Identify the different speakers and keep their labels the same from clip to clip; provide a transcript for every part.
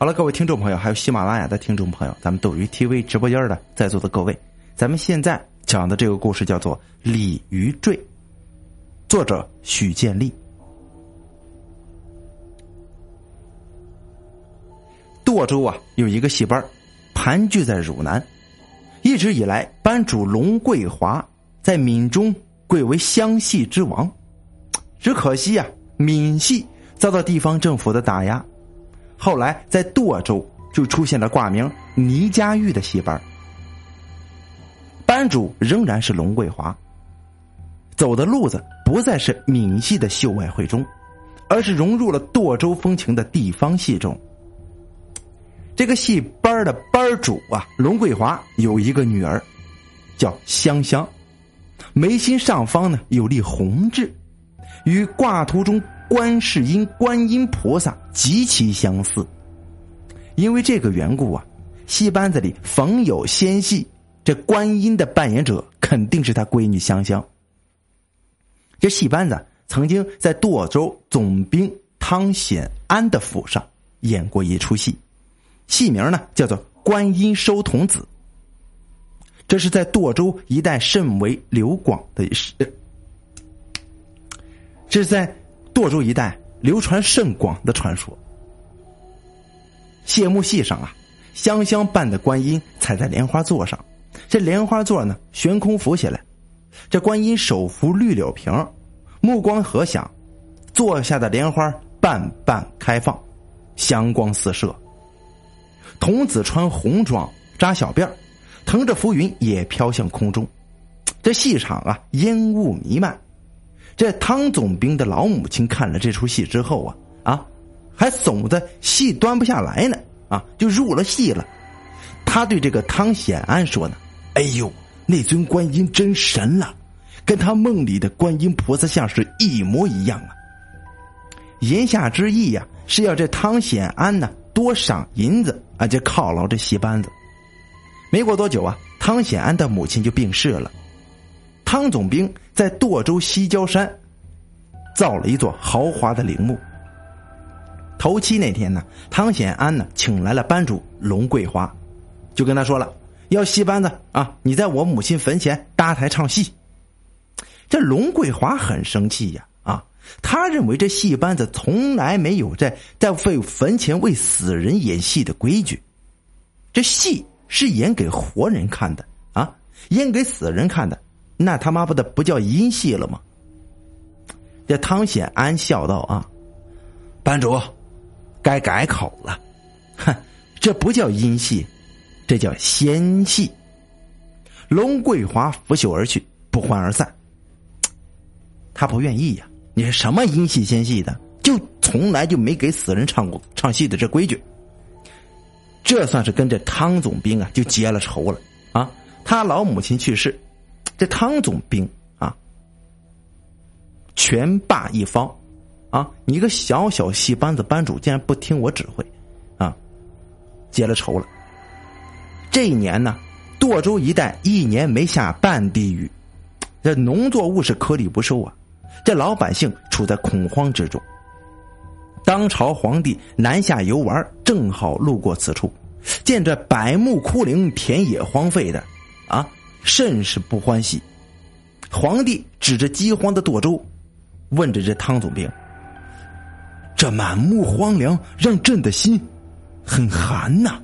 Speaker 1: 好了，各位听众朋友，还有喜马拉雅的听众朋友，咱们斗鱼 TV 直播间的在座的各位，咱们现在讲的这个故事叫做《鲤鱼坠》，作者许建立。舵州有一个戏班盘踞在汝南，一直以来班主龙桂华在闽中贵为湘戏之王，只可惜闽戏遭到地方政府的打压，后来在舵州就出现了挂名倪家玉的戏班，班主仍然是龙桂华，走的路子不再是闽戏的秀外慧中，而是融入了舵州风情的地方戏中。这个戏班的班主龙桂华有一个女儿叫香香，眉心上方呢有粒红痣，与挂图中观世音观音菩萨极其相似。因为这个缘故戏班子里逢有仙戏，这观音的扮演者肯定是他闺女香香。这戏班子曾经在舵州总兵汤显安的府上演过一出戏，戏名呢叫做观音收童子。这是在舵州一带甚为流广的这是在舵州一带流传甚广的传说。谢幕戏上香香扮的观音踩在莲花座上，这莲花座呢悬空浮起来，这观音手扶绿柳瓶，目光和响，座下的莲花瓣瓣开放，香光四射。童子穿红装扎小辫，腾着浮云也飘向空中。这戏场烟雾弥漫。这汤总兵的老母亲看了这出戏之后还怂的戏端不下来呢就入了戏了。他对这个汤显安说呢，哎呦，那尊观音真神了，跟他梦里的观音菩萨像是一模一样言下之意是要这汤显安呢多赏银子就犒劳这戏班子。没过多久汤显安的母亲就病逝了。汤总兵在舵州西郊山造了一座豪华的陵墓。头七那天呢，汤显安呢请来了班主龙桂华，就跟他说了，要戏班子你在我母亲坟前搭台唱戏。这龙桂华很生气他认为这戏班子从来没有在坟前为死人演戏的规矩，这戏是演给活人看的演给死人看的，那他妈不叫阴戏了吗？这汤显安笑道班主该改口了，这不叫阴戏，这叫仙戏。龙桂华拂袖而去，不欢而散。他不愿意你是什么阴戏仙戏的，就从来就没给死人唱戏的这规矩。这算是跟这汤总兵就结了仇了他老母亲去世，这汤总兵权霸一方你一个小小戏班子班主竟然不听我指挥结了仇了。这一年呢，舵州一带一年没下半滴雨，这农作物是颗粒不收这老百姓处在恐慌之中。当朝皇帝南下游玩，正好路过此处，见这百木枯零，田野荒废的甚是不欢喜。皇帝指着饥荒的舵州，问着这汤总兵，这满目荒凉让朕的心很寒呐。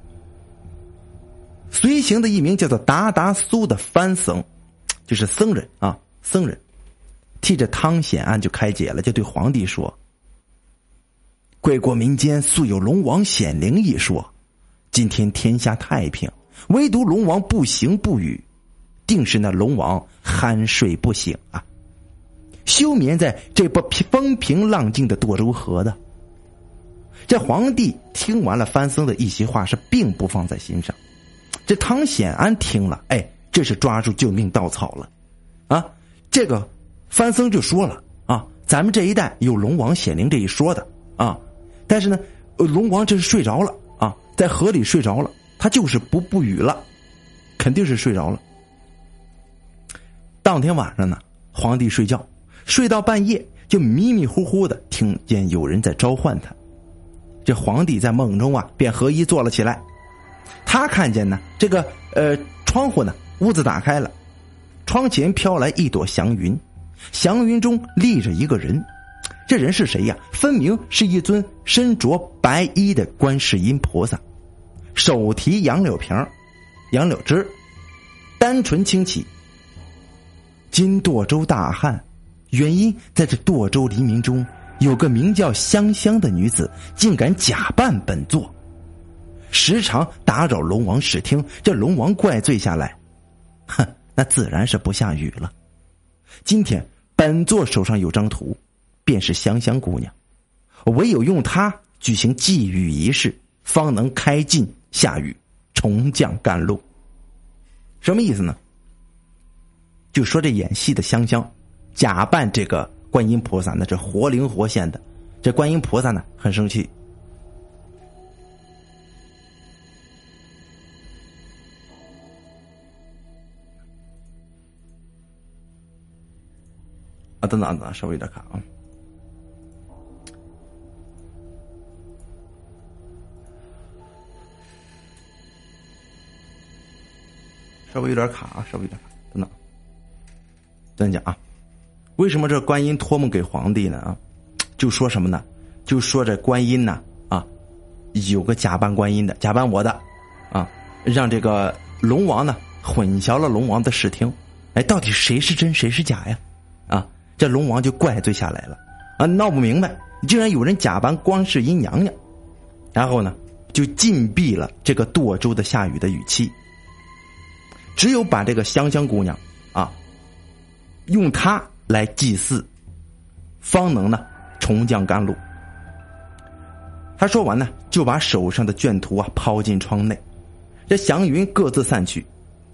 Speaker 1: 随行的一名叫做达达苏的番僧，就是僧人僧人替着汤显安就开解了，就对皇帝说，贵国民间素有龙王显灵一说，今天天下太平，唯独龙王不行不语，定是那龙王酣睡不醒休眠在这波风平浪静的舵州河的。这皇帝听完了番僧的一席话，是并不放在心上。这汤显安听了，这是抓住救命稻草了这个番僧就说了咱们这一带有龙王显灵这一说的但是呢龙王这是睡着了在河里睡着了，他就是不语了，肯定是睡着了。当天晚上呢，皇帝睡觉，睡到半夜就迷迷糊糊的听见有人在召唤他。 这皇帝在梦中啊便合衣坐了起来。他看见呢这个窗户呢屋子打开了，窗前飘来一朵祥云，祥云中立着一个人。这人是谁呀？分明是一尊身着白衣的观世音菩萨，手提杨柳瓶、杨柳枝，单纯清奇。今堕州大旱，原因在这堕州黎民中有个名叫香香的女子，竟敢假扮本座，时常打扰龙王视听。这龙王怪罪下来，哼，那自然是不下雨了。今天本座手上有张图，便是香香姑娘，唯有用它举行祭雨仪式，方能开禁下雨，重降甘露。什么意思呢？就说这演戏的香香假扮这个观音菩萨呢，这活灵活现的。这观音菩萨呢很生气，等等，稍微有点卡啊。稍微有点卡，等等。咱讲啊，为什么这观音托梦给皇帝呢？啊，就说什么呢？就说这观音呢，啊，有个假扮观音的，假扮我的，啊，让这个龙王呢混淆了龙王的视听。哎，到底谁是真谁是假呀？啊，这龙王就怪罪下来了，啊，闹不明白，竟然有人假扮观世音娘娘，然后呢，就禁闭了这个堕州的下雨的雨期。只有把这个香香姑娘啊，用它来祭祀，方能呢重降甘露。他说完呢，就把手上的卷图啊抛进窗内，这祥云各自散去。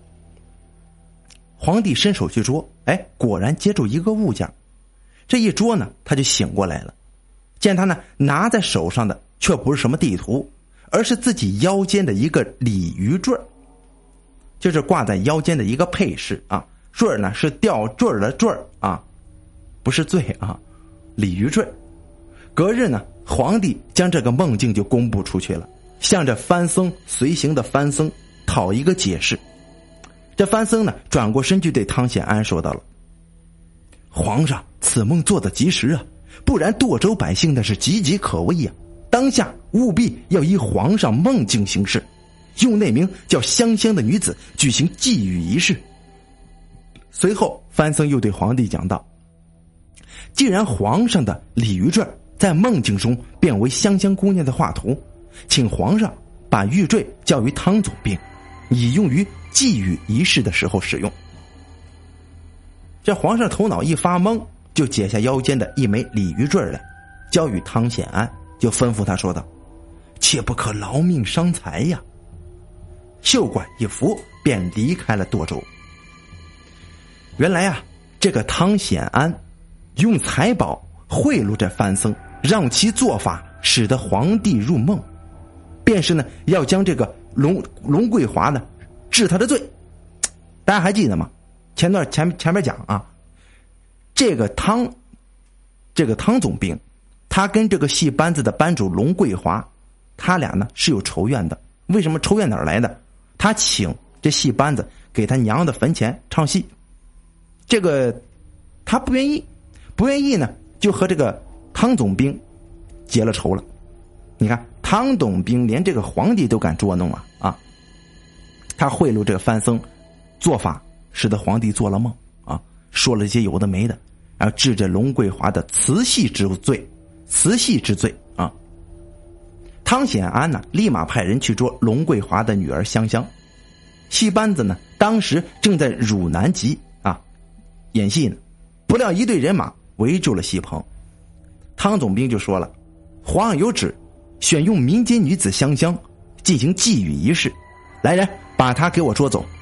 Speaker 1: 皇帝伸手去捉，哎，果然接住一个物件。这一捉呢，他就醒过来了，见他呢拿在手上的却不是什么地图，而是自己腰间的一个鲤鱼坠，就是挂在腰间的一个配饰啊。坠呢是吊坠的坠啊，不是坠啊，鲤鱼坠。隔日呢，皇帝将这个梦境就公布出去了，向着番僧随行的番僧讨一个解释。这番僧呢转过身去对汤显安说到了：皇上，此梦做得及时啊，不然堕州百姓那是岌岌可危啊，当下务必要依皇上梦境行事，用那名叫香香的女子举行祭雨仪式。随后番僧又对皇帝讲道：既然皇上的鲤鱼坠在梦境中变为香香姑娘的画图，请皇上把玉坠交于汤总兵，以用于祭雨仪式的时候使用。这皇上头脑一发懵，就解下腰间的一枚鲤鱼坠来，交与汤显安，就吩咐他说道：切不可劳命伤财呀。袖管一拂，便离开了堕州。原来啊，这个汤显安用财宝贿赂这番僧，让其做法，使得皇帝入梦，便是呢要将这个龙桂华呢治他的罪。大家还记得吗？前面讲啊，这个汤总兵，他跟这个戏班子的班主龙桂华，他俩呢是有仇怨的。为什么仇怨哪儿来的？他请这戏班子给他娘的坟前唱戏，这个他不愿意呢，就和这个汤总兵结了仇了。你看汤总兵连这个皇帝都敢捉弄啊！他贿赂这个番僧做法，使得皇帝做了梦啊，说了一些有的没的，然后治这龙桂华的慈禧之罪啊。汤显安呢，立马派人去捉龙桂华的女儿香香。戏班子呢，当时正在汝南集啊演戏呢，不料一队人马围住了戏棚。汤总兵就说了：皇上有旨，选用民间女子香香进行祭雨仪式，来人，把她给我捉走。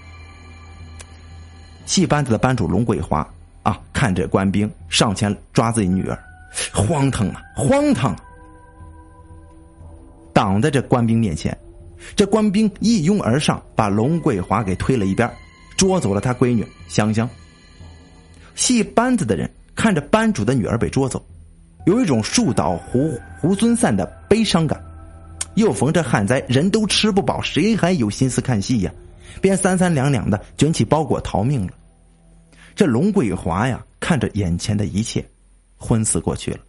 Speaker 1: 戏班子的班主龙桂华啊，看着官兵上前抓自己女儿，荒唐啊！挡在这官兵面前，这官兵一拥而上，把龙桂华给推了一边，捉走了他闺女香香。戏班子的人看着班主的女儿被捉走，有一种树倒猢狲散的悲伤感， 又逢着旱灾，人都吃不饱，谁还有心思看戏呀？便三三两两的卷起包裹逃命了。这龙桂华呀，看着眼前的一切，昏死过去了。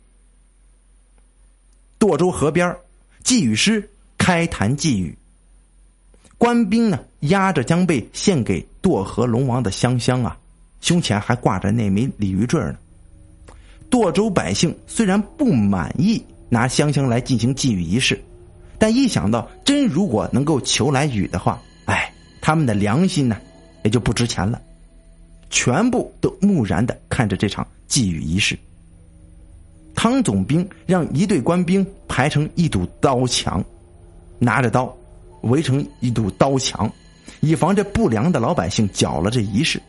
Speaker 1: 舵州河边，祭雨师开坛祭雨，官兵呢押着将被献给舵河龙王的香香啊，胸前还挂着那枚鲤鱼坠呢。舵州百姓虽然不满意拿香香来进行祭雨仪式，但一想到真如果能够求来雨的话，他们的良心呢也就不值钱了，全部都木然地看着这场祭雨仪式。汤总兵让一队官兵排成一堵刀墙，拿着刀围成一堵刀墙，以防这不良的老百姓搅了这仪式。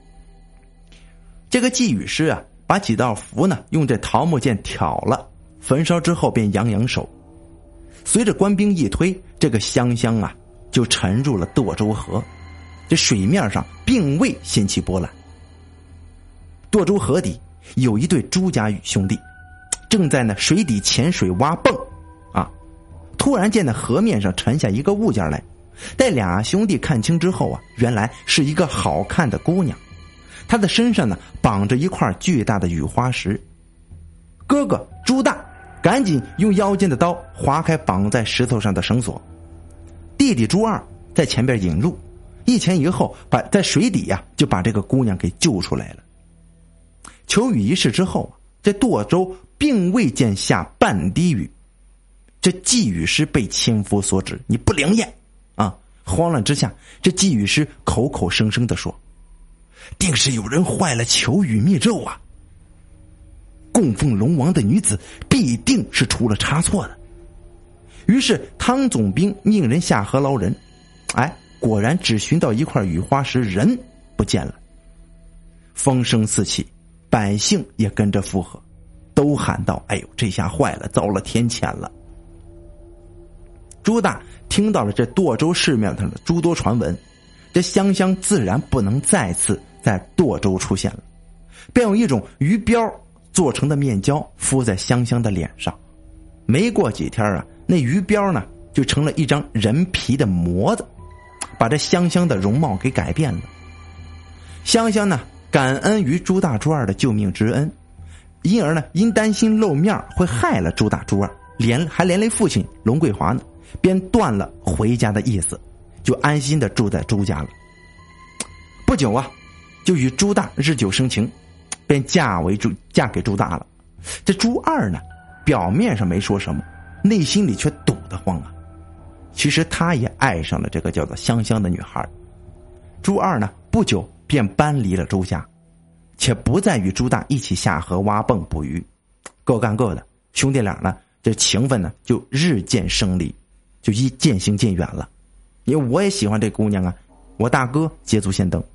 Speaker 1: 这个祭雨师啊，把几道符呢用这桃木剑挑了，焚烧之后便扬扬手，随着官兵一推，这个香香啊就沉入了舵州河，这水面上并未掀起波澜。舵州河底有一对朱家峪兄弟，正在那水底潜水挖蚌啊，突然见那河面上沉下一个物件来。待俩兄弟看清之后啊，原来是一个好看的姑娘，她的身上呢绑着一块巨大的雨花石。哥哥朱大赶紧用腰间的刀划开绑在石头上的绳索，弟弟朱二在前边引路，一前一后在水底呀就把这个姑娘给救出来了。求雨仪式之后，这舵州并未见下半滴雨，这祭雨师被千夫所指，你不灵验啊！慌乱之下，这祭雨师口口声声地说，定是有人坏了求雨密咒啊，供奉龙王的女子必定是出了差错的。于是汤总兵命人下河捞人，果然只寻到一块雨花石，人不见了。风声四起，百姓也跟着附和，都喊道，哎呦，这下坏了，遭了天谴了。朱大听到了这舵州市面上的诸多传闻，这香香自然不能再次在舵州出现了，便用一种鱼标做成的面胶敷在香香的脸上。没过几天啊，那鱼标呢就成了一张人皮的模子，把这香香的容貌给改变了。香香呢感恩于朱大朱二的救命之恩，因而呢因担心露面会害了朱大朱二，还连累父亲龙桂华呢，便断了回家的意思，就安心的住在朱家了。不久啊，就与朱大日久生情，便嫁给朱大了。这朱二呢表面上没说什么，内心里却堵得慌啊。其实他也爱上了这个叫做香香的女孩。朱二呢不久便搬离了朱家，且不再与朱大一起下河挖蚌捕鱼，各干各的，兄弟俩呢这情分呢就日渐生离，就渐行渐远了。因为我也喜欢这姑娘啊，我大哥捷足先登。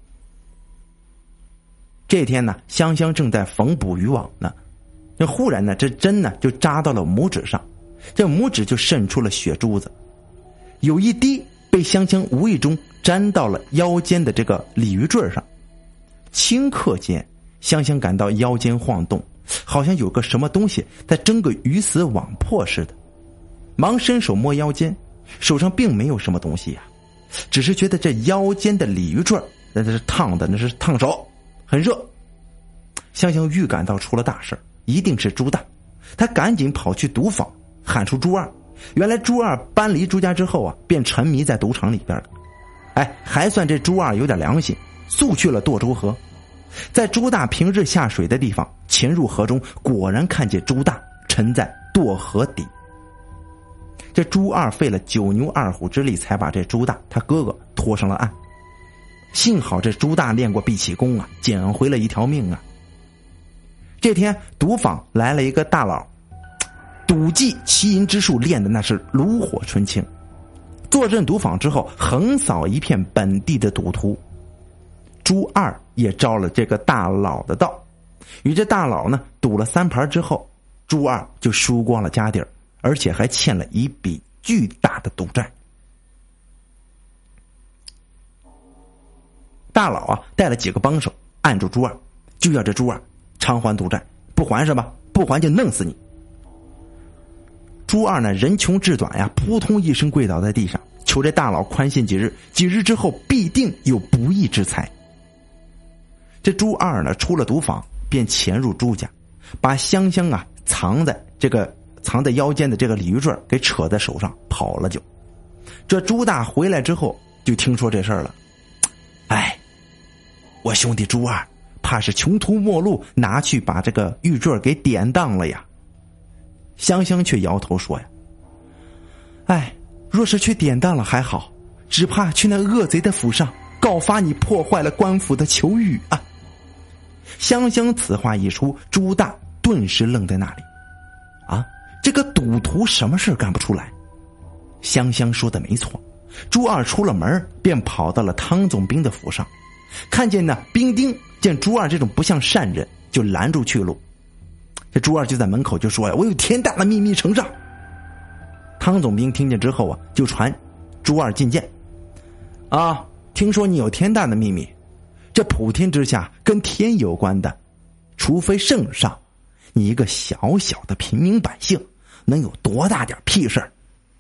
Speaker 1: 这天呢，香香正在缝捕鱼网呢，忽然呢这针呢就扎到了拇指上，这拇指就渗出了血珠子，有一滴被香香无意中沾到了腰间的这个鲤鱼坠上。顷刻间，香香感到腰间晃动，好像有个什么东西在争个鱼死网破似的，忙伸手摸腰间，手上并没有什么东西呀，只是觉得这腰间的鲤鱼坠那是烫的，那是烫手，很热。香香预感到出了大事，一定是朱大，他赶紧跑去赌坊喊出朱二。原来朱二搬离朱家之后啊，便沉迷在赌场里边了。还算这朱二有点良心，速去了舵州河，在朱大平日下水的地方潜入河中，果然看见朱大沉在舵河底。这朱二费了9牛2虎之力，才把这朱大他哥哥拖上了岸。幸好这朱大练过毕奇功啊，捡回了一条命啊。这天赌坊来了一个大佬，赌技奇淫之术练的那是炉火纯青，坐镇赌坊之后横扫一片本地的赌徒。朱二也招了这个大佬的道，与这大佬呢赌了3盘之后，朱二就输光了家底儿，而且还欠了一笔巨大的赌债。大佬啊带了几个帮手按住朱二，就要这朱二偿还赌债，不还是吧？不还就弄死你。 朱二呢人穷志短呀，扑通一声跪倒在地上，求这大佬宽限几日，几日之后必定有不义之财。这朱二呢出了赌坊，便潜入朱家，把香香啊藏在腰间的这个鲤鱼坠给扯在手上跑了就。这朱大回来之后就听说这事儿了，哎，我兄弟朱二怕是穷途末路，拿去把这个玉坠给典当了呀。香香却摇头说呀，哎，若是去典当了还好，只怕去那恶贼的府上告发你破坏了官府的求雨啊。香香此话一出，朱大顿时愣在那里，啊，这个赌徒什么事干不出来？香香说的没错，朱二出了门便跑到了汤总兵的府上，看见呢兵丁见朱二这种不像善人，就拦住去路。这朱二就在门口就说呀，我有天大的秘密呈上。汤总兵听见之后啊，就传朱二觐见。啊，听说你有天大的秘密，这普天之下跟天有关的，除非圣上，你一个小小的平民百姓能有多大点屁事儿？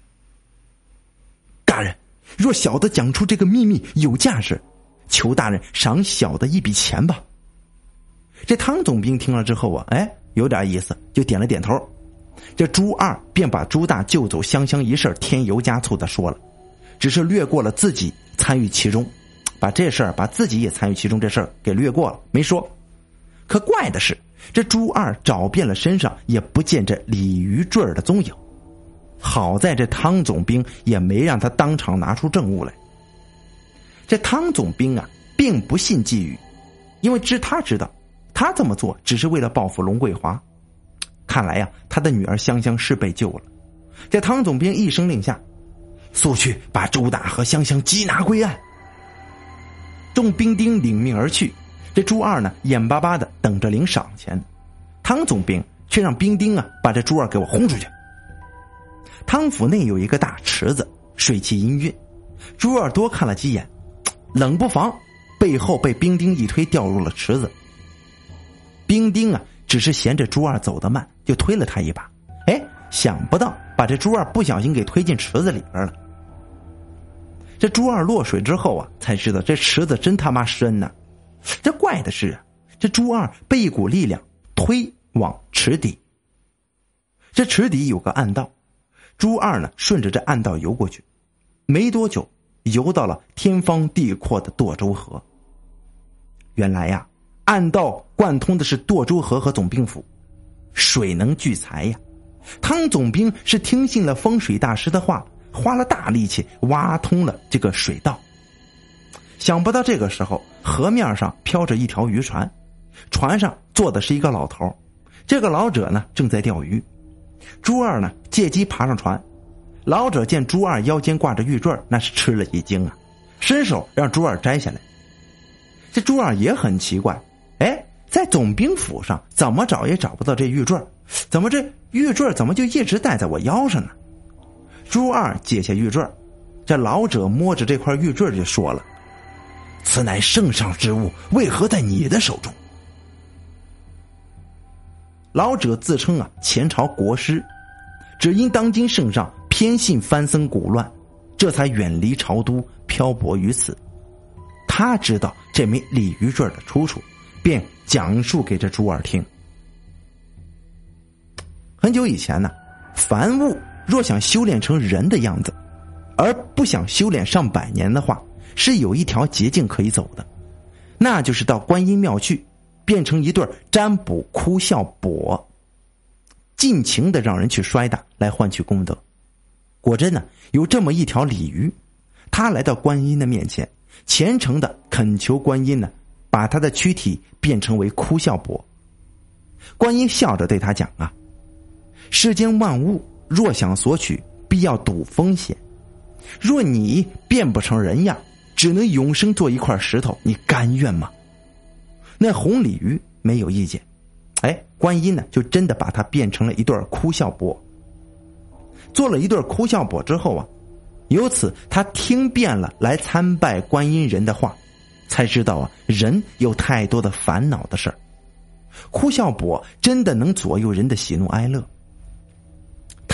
Speaker 1: 大人，若小的讲出这个秘密有价值，求大人赏小的一笔钱吧。这汤总兵听了之后啊，哎，有点意思，就点了点头。这朱二便把朱大救走香香一事添油加醋的说了，只是略过了自己参与其中，把自己也参与其中这事儿给略过了，没说。可怪的是，这朱二找遍了身上也不见这鲤鱼坠的踪影。好在这汤总兵也没让他当场拿出证物来。这汤总兵啊并不信寄语，因为他知道他这么做只是为了报复龙桂华。看来呀，他的女儿香香是被救了。这汤总兵一声令下，速去把朱大和香香缉拿归案。众兵丁领命而去，这朱二呢眼巴巴的等着领赏钱，汤总兵却让兵丁啊把这朱二给我轰出去。汤府内有一个大池子，水气氤氲，朱二多看了几眼，冷不防背后被兵丁一推掉入了池子。兵丁啊只是嫌这朱二走得慢，就推了他一把，哎，想不到把这朱二不小心给推进池子里边了。这朱二落水之后啊，才知道这池子真他妈深呢。这怪的是啊，这朱二被一股力量推往池底。这池底有个暗道，朱二呢顺着这暗道游过去，没多久游到了天方地阔的堕州河。原来呀，暗道贯通的是堕州河和总兵府，水能聚财呀。汤总兵是听信了风水大师的话，花了大力气挖通了这个水道。想不到这个时候，河面上飘着一条渔船，船上坐的是一个老头，这个老者呢正在钓鱼。朱二呢借机爬上船，老者见朱二腰间挂着玉坠，那是吃了一惊啊，伸手让朱二摘下来。这朱二也很奇怪，哎，在总兵府上怎么找也找不到这玉坠，怎么这玉坠怎么就一直戴在我腰上呢？朱二解下玉坠，这老者摸着这块玉坠就说了，此乃圣上之物，为何在你的手中？老者自称啊前朝国师，只因当今圣上偏信藩僧古乱，这才远离朝都，漂泊于此。他知道这枚鲤鱼坠的出处，便讲述给这朱二听。很久以前呢，凡物若想修炼成人的样子，而不想修炼上百年的话，是有一条捷径可以走的，那就是到观音庙去，变成一对占卜哭笑跛，尽情的让人去摔打，来换取功德。果真呢，有这么一条鲤鱼，他来到观音的面前，虔诚的恳求观音呢，把他的躯体变成为哭笑跛。观音笑着对他讲啊，世间万物若想索取，必要赌风险。若你变不成人样，只能永生做一块石头，你甘愿吗？那红鲤鱼没有意见，哎，观音呢就真的把它变成了一对哭笑跛。做了一对哭笑跛之后啊，由此他听遍了来参拜观音人的话，才知道啊，人有太多的烦恼的事儿，哭笑跛真的能左右人的喜怒哀乐。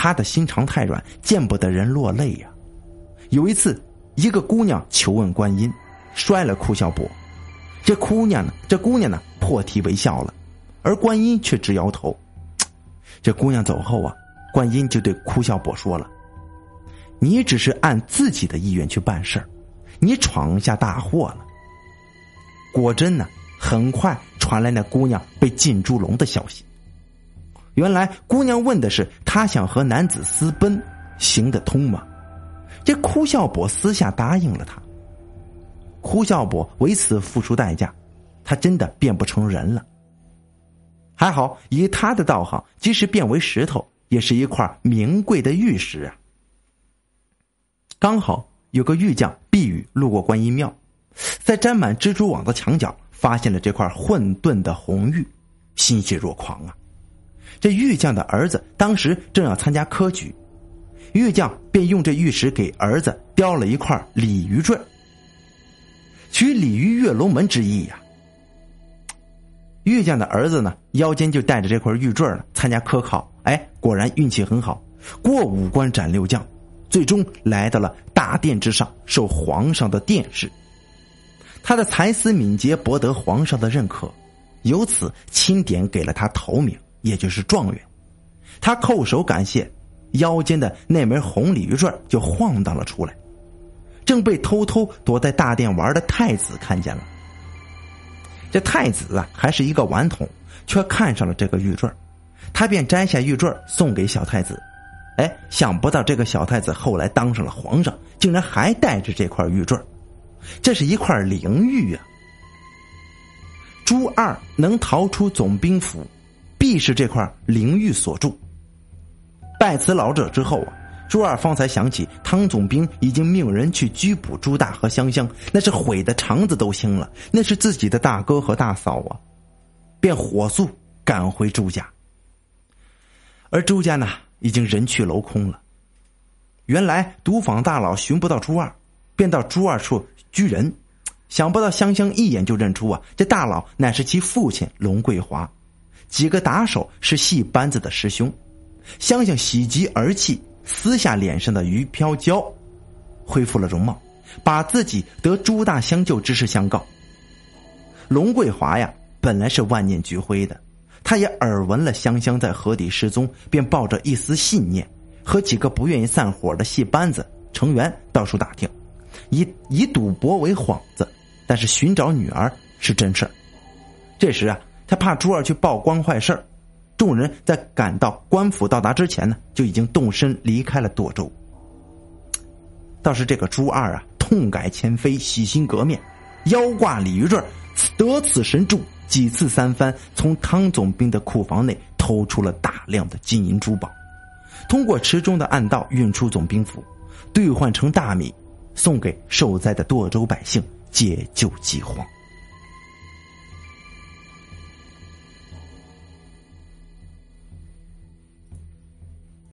Speaker 1: 他的心肠太软，见不得人落泪呀。有一次，一个姑娘求问观音，摔了哭笑伯。这姑娘呢破涕为笑了，而观音却直摇头。这姑娘走后啊，观音就对哭笑伯说了：你只是按自己的意愿去办事儿，你闯下大祸了。果真呢，很快传来那姑娘被进猪笼的消息。原来姑娘问的是她想和男子私奔，行得通吗？这哭笑伯私下答应了她。哭笑伯为此付出代价，他真的变不成人了。还好以他的道行，即使变为石头，也是一块名贵的玉石啊。刚好有个玉匠避雨路过观音庙，在沾满蜘蛛网的墙角发现了这块混沌的红玉，欣喜若狂啊。这玉匠的儿子当时正要参加科举，玉匠便用这玉石给儿子雕了一块鲤鱼坠，取鲤鱼跃龙门之意呀。玉匠的儿子呢，腰间就带着这块玉坠呢，参加科考，果然运气很好，过5关斩6将，最终来到了大殿之上，受皇上的殿试。他的才思敏捷博得皇上的认可，由此钦点给了他头名，也就是状元。他叩首感谢，腰间的那枚红鲤鱼坠就晃荡了出来，正被偷偷躲在大殿玩的太子看见了。这太子啊，还是一个顽童，却看上了这个玉坠，他便摘下玉坠送给小太子。想不到这个小太子后来当上了皇上，竟然还带着这块玉坠，这是一块灵玉啊。朱二能逃出总兵府，必是这块灵玉所铸。拜辞老者之后啊，朱二方才想起汤总兵已经命人去拘捕朱大和香香，那是悔得肠子都青了，那是自己的大哥和大嫂啊，便火速赶回朱家。而朱家呢，已经人去楼空了。原来毒坊大佬寻不到朱二，便到朱二处拘人，想不到香香一眼就认出啊，这大佬乃是其父亲龙桂华，几个打手是戏班子的师兄。香香喜极而泣，撕下脸上的鱼飘胶，恢复了容貌，把自己得朱大相救之事相告。龙桂华呀，本来是万念俱灰的，他也耳闻了香香在河底失踪，便抱着一丝信念，和几个不愿意散伙的戏班子成员到处打听，以赌博为幌子，但是寻找女儿是真事儿。这时啊，他怕朱二去曝光坏事儿，众人在赶到官府到达之前呢，就已经动身离开了柞州。倒是这个朱二啊，痛改前非，洗心革面，腰挂鲤鱼坠，得此神助，几次三番从汤总兵的库房内偷出了大量的金银珠宝，通过池中的暗道运出总兵府，兑换成大米，送给受灾的柞州百姓，解救饥荒。